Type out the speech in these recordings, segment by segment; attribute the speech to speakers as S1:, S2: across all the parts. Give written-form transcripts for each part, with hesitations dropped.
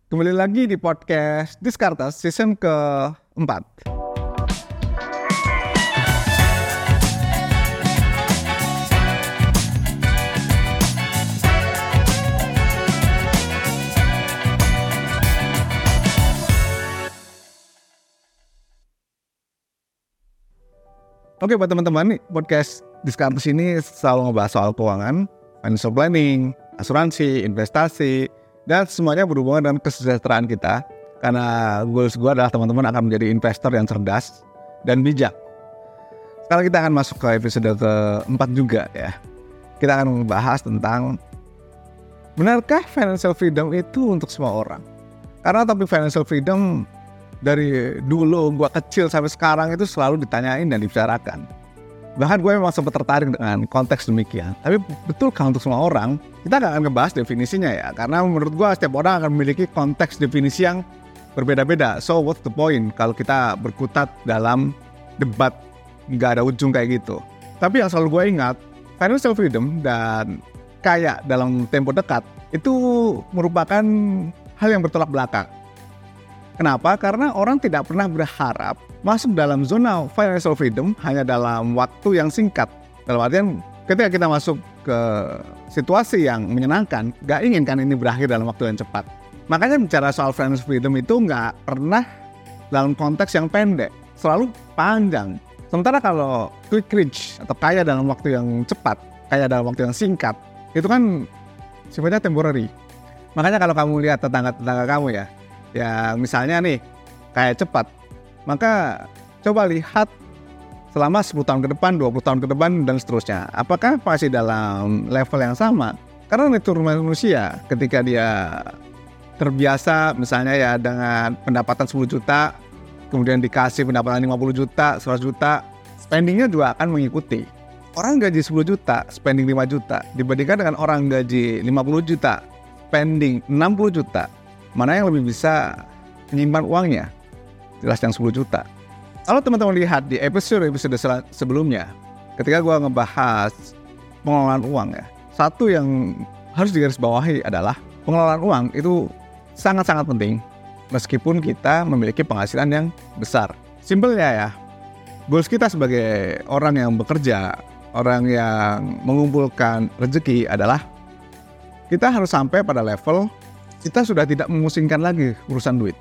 S1: Kembali lagi di podcast Diskartes season keempat. Oke, buat teman-teman nih, podcast Diskartes ini selalu ngebahas soal keuangan, financial planning, asuransi, investasi, dan semuanya berhubungan dengan kesejahteraan kita. Karena goals gue adalah teman-teman akan menjadi investor yang cerdas dan bijak. Sekarang kita akan masuk ke episode keempat juga ya. Kita akan membahas tentang benarkah financial freedom itu untuk semua orang? Karena topik financial freedom dari dulu gue kecil sampai sekarang itu selalu ditanyain dan dibicarakan. Bahkan gue memang sempat tertarik dengan konteks demikian. Tapi betulkah untuk semua orang? Kita gak akan ngebahas definisinya ya. Karena menurut gue setiap orang akan memiliki konteks definisi yang berbeda-beda. So what's the point kalau kita berkutat dalam debat gak ada ujung kayak gitu. Tapi yang selalu gue ingat, financial freedom dan kaya dalam tempo dekat itu merupakan hal yang bertolak belakang. Kenapa? Karena orang tidak pernah berharap masuk dalam zona financial freedom hanya dalam waktu yang singkat. Dalam artian ketika kita masuk ke situasi yang menyenangkan, gak ingin kan ini berakhir dalam waktu yang cepat. Makanya bicara soal financial freedom itu gak pernah dalam konteks yang pendek, selalu panjang. Sementara kalau quick rich atau kaya dalam waktu yang cepat, kaya dalam waktu yang singkat, itu kan sifatnya temporary. Makanya kalau kamu lihat tetangga-tetangga kamu ya, misalnya nih kayak cepat, maka coba lihat selama 10 tahun ke depan, 20 tahun ke depan dan seterusnya. Apakah masih dalam level yang sama? Karena natur manusia ketika dia terbiasa misalnya ya dengan pendapatan 10 juta, kemudian dikasih pendapatan 50 juta, 100 juta, spendingnya juga akan mengikuti. Orang gaji 10 juta, spending 5 juta, dibandingkan dengan orang gaji 50 juta, spending 60 juta. Mana yang lebih bisa menyimpan uangnya? Jelas yang 10 juta. Kalau teman-teman lihat di episode sebelumnya, ketika gue ngebahas pengelolaan uang ya, satu yang harus digarisbawahi adalah pengelolaan uang itu sangat-sangat penting meskipun kita memiliki penghasilan yang besar. Simpelnya ya, goals kita sebagai orang yang bekerja, orang yang mengumpulkan rezeki adalah kita harus sampai pada level kita sudah tidak memusingkan lagi urusan duit.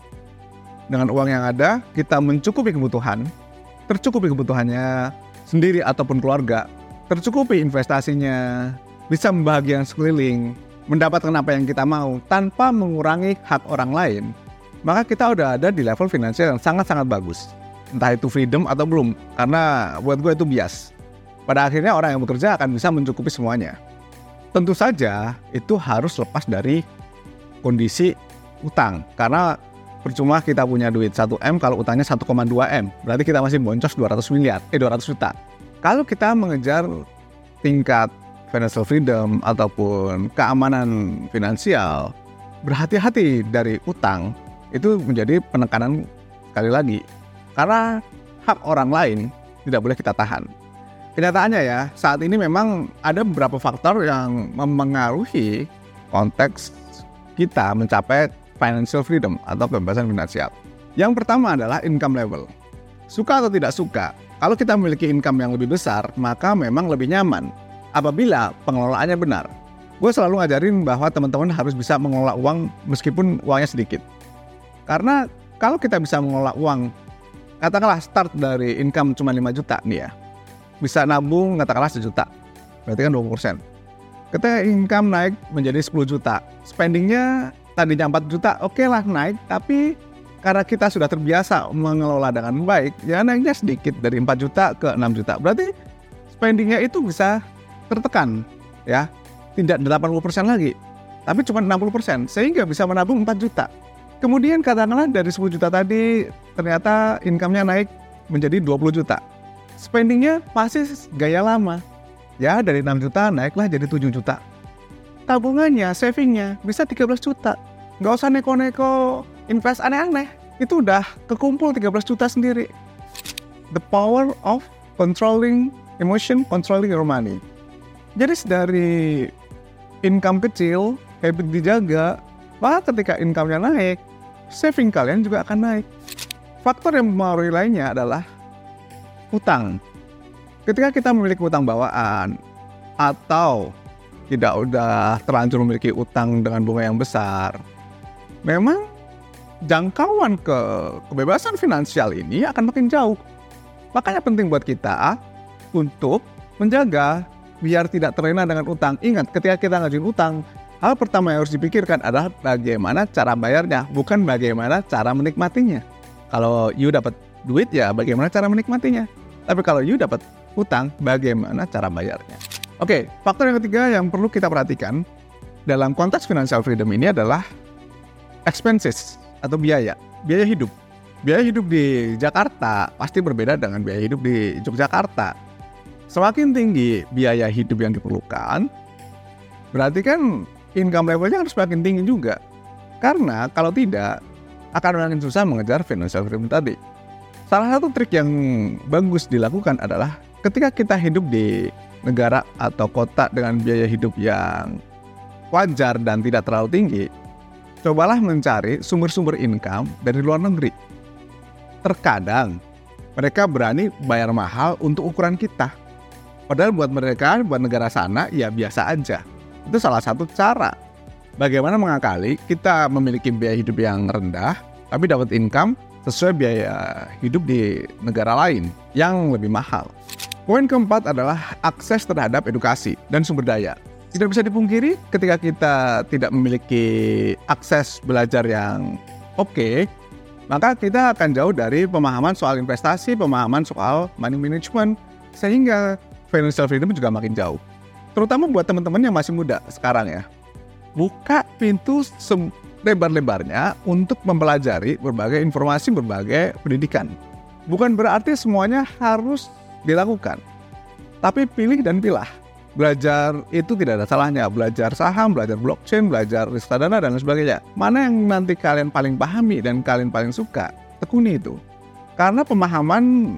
S1: Dengan uang yang ada, kita mencukupi kebutuhan, tercukupi kebutuhannya sendiri ataupun keluarga, tercukupi investasinya, bisa membahagiakan sekeliling, mendapatkan apa yang kita mau tanpa mengurangi hak orang lain, maka kita udah ada di level finansial yang sangat-sangat bagus. Entah itu freedom atau belum, karena buat gue itu bias. Pada akhirnya orang yang bekerja akan bisa mencukupi semuanya. Tentu saja itu harus lepas dari kondisi utang, karena percuma kita punya duit 1M kalau utangnya 1,2M, berarti kita masih boncos 200 juta. Kalau kita mengejar tingkat financial freedom ataupun keamanan finansial, berhati-hati dari utang, itu menjadi penekanan sekali lagi, karena hak orang lain tidak boleh kita tahan. Kenyataannya ya, saat ini memang ada beberapa faktor yang mempengaruhi konteks kita mencapai financial freedom atau kebebasan finansial. Yang pertama adalah income level. Suka atau tidak suka, kalau kita memiliki income yang lebih besar, maka memang lebih nyaman apabila pengelolaannya benar. Gue selalu ngajarin bahwa teman-teman harus bisa mengelola uang meskipun uangnya sedikit. Karena kalau kita bisa mengelola uang, katakanlah start dari income cuma 5 juta nih ya, bisa nabung katakanlah 1 juta, berarti kan 20%. Ketika income naik menjadi 10 juta, spendingnya tadinya 4 juta, oke lah naik, tapi karena kita sudah terbiasa mengelola dengan baik, ya naiknya sedikit dari 4 juta ke 6 juta. Berarti spendingnya itu bisa tertekan, ya, tidak 80% lagi, tapi cuma 60%, sehingga bisa menabung 4 juta. Kemudian katakanlah dari 10 juta tadi, ternyata income-nya naik menjadi 20 juta. Spendingnya masih gaya lama. Ya dari 6 juta naiklah jadi 7 juta. Tabungannya, savingnya bisa 13 juta. Gak usah neko-neko invest aneh-aneh. Itu udah kekumpul 13 juta sendiri. The power of controlling emotion, controlling your money. Jadi dari income kecil, habit dijaga, Maka ketika income-nya naik, saving kalian juga akan naik. Faktor yang mempengaruhi lainnya adalah utang. Ketika kita memiliki utang bawaan atau tidak udah terlanjur memiliki utang dengan bunga yang besar, memang jangkauan kebebasan finansial ini akan makin jauh. Makanya penting buat kita untuk menjaga biar tidak terlena dengan utang. Ingat, ketika kita ngajuin utang, hal pertama yang harus dipikirkan adalah bagaimana cara bayarnya, bukan bagaimana cara menikmatinya. Kalau you dapat duit ya bagaimana cara menikmatinya. Tapi kalau you dapat utang, bagaimana cara bayarnya. Oke, faktor yang ketiga yang perlu kita perhatikan dalam konteks financial freedom ini adalah expenses atau biaya hidup. Biaya hidup di Jakarta pasti berbeda dengan biaya hidup di Yogyakarta. Semakin tinggi biaya hidup yang diperlukan, berarti kan income levelnya harus semakin tinggi juga. Karena kalau tidak, akan makin susah mengejar financial freedom tadi. Salah satu trik yang bagus dilakukan adalah ketika kita hidup di negara atau kota dengan biaya hidup yang wajar dan tidak terlalu tinggi, cobalah mencari sumber-sumber income dari luar negeri. Terkadang mereka berani bayar mahal untuk ukuran kita. Padahal buat mereka, buat negara sana, ya biasa aja. Itu salah satu cara bagaimana mengakali kita memiliki biaya hidup yang rendah, tapi dapat income sesuai biaya hidup di negara lain yang lebih mahal. Poin keempat adalah akses terhadap edukasi dan sumber daya. Tidak bisa dipungkiri ketika kita tidak memiliki akses belajar yang oke, maka kita akan jauh dari pemahaman soal investasi, pemahaman soal money management, sehingga financial freedom juga makin jauh. Terutama buat teman-teman yang masih muda sekarang ya. Buka pintu lebar-lebarnya untuk mempelajari berbagai informasi, berbagai pendidikan. Bukan berarti semuanya harus dilakukan, tapi pilih dan pilah. Belajar itu tidak ada salahnya. Belajar saham, belajar blockchain, belajar reksadana dan lain sebagainya. Mana yang nanti kalian paling pahami dan kalian paling suka, tekuni itu. Karena pemahaman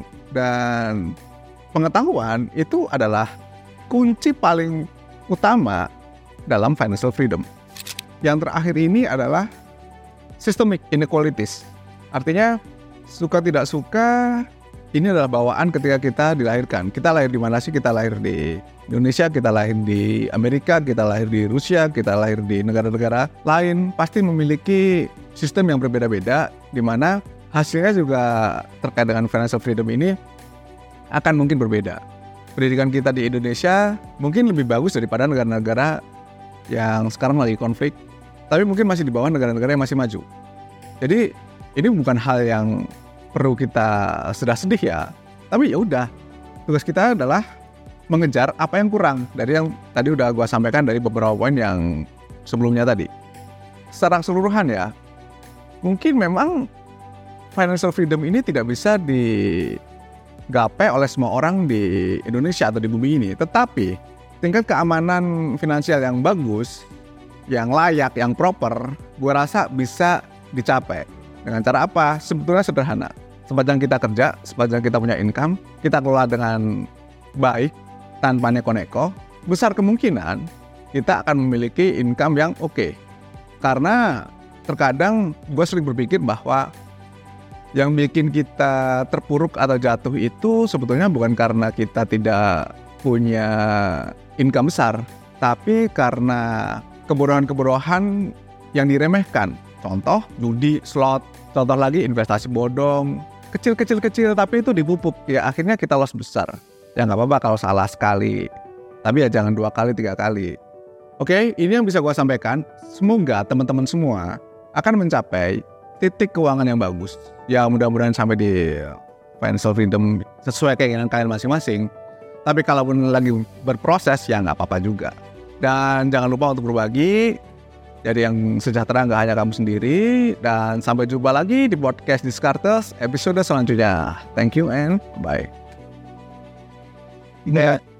S1: dan pengetahuan itu adalah kunci paling utama dalam financial freedom. Yang terakhir ini adalah systemic inequalities. Artinya suka tidak suka, ini adalah bawaan ketika kita dilahirkan. Kita lahir di mana sih? Kita lahir di Indonesia, kita lahir di Amerika, kita lahir di Rusia, kita lahir di negara-negara lain. Pasti memiliki sistem yang berbeda-beda, di mana hasilnya juga terkait dengan financial freedom ini akan mungkin berbeda. Pendidikan kita di Indonesia mungkin lebih bagus daripada negara-negara yang sekarang lagi konflik, tapi mungkin masih di bawah negara-negara yang masih maju. Jadi ini bukan hal yang perlu kita sedih ya, tapi ya udah, tugas kita adalah mengejar apa yang kurang dari yang tadi udah gue sampaikan dari beberapa poin yang sebelumnya tadi. Secara keseluruhan ya, mungkin memang financial freedom ini tidak bisa digapai oleh semua orang di Indonesia atau di bumi ini, tetapi tingkat keamanan finansial yang bagus, yang layak, yang proper, gue rasa bisa dicapai. Dengan cara apa? Sebetulnya sederhana. Sepanjang kita kerja, sepanjang kita punya income, kita kelola dengan baik, tanpa neko-neko, besar kemungkinan kita akan memiliki income yang oke. Karena terkadang gue sering berpikir bahwa yang bikin kita terpuruk atau jatuh itu sebetulnya bukan karena kita tidak punya income besar, tapi karena kebodohan-kebodohan yang diremehkan. Contoh judi, slot, contoh lagi investasi bodong, kecil-kecil tapi itu dipupuk, ya akhirnya kita loss besar. Ya nggak apa-apa kalau salah sekali, tapi ya jangan 2 kali, 3 kali. Oke, ini yang bisa gue sampaikan. Semoga teman-teman semua akan mencapai titik keuangan yang bagus. Ya mudah-mudahan sampai di financial freedom sesuai keinginan kalian masing-masing. Tapi kalaupun lagi berproses, ya nggak apa-apa juga. Dan jangan lupa untuk berbagi. Jadi yang sejahtera nggak hanya kamu sendiri. Dan sampai jumpa lagi di podcast Descartes episode selanjutnya. Thank you and bye.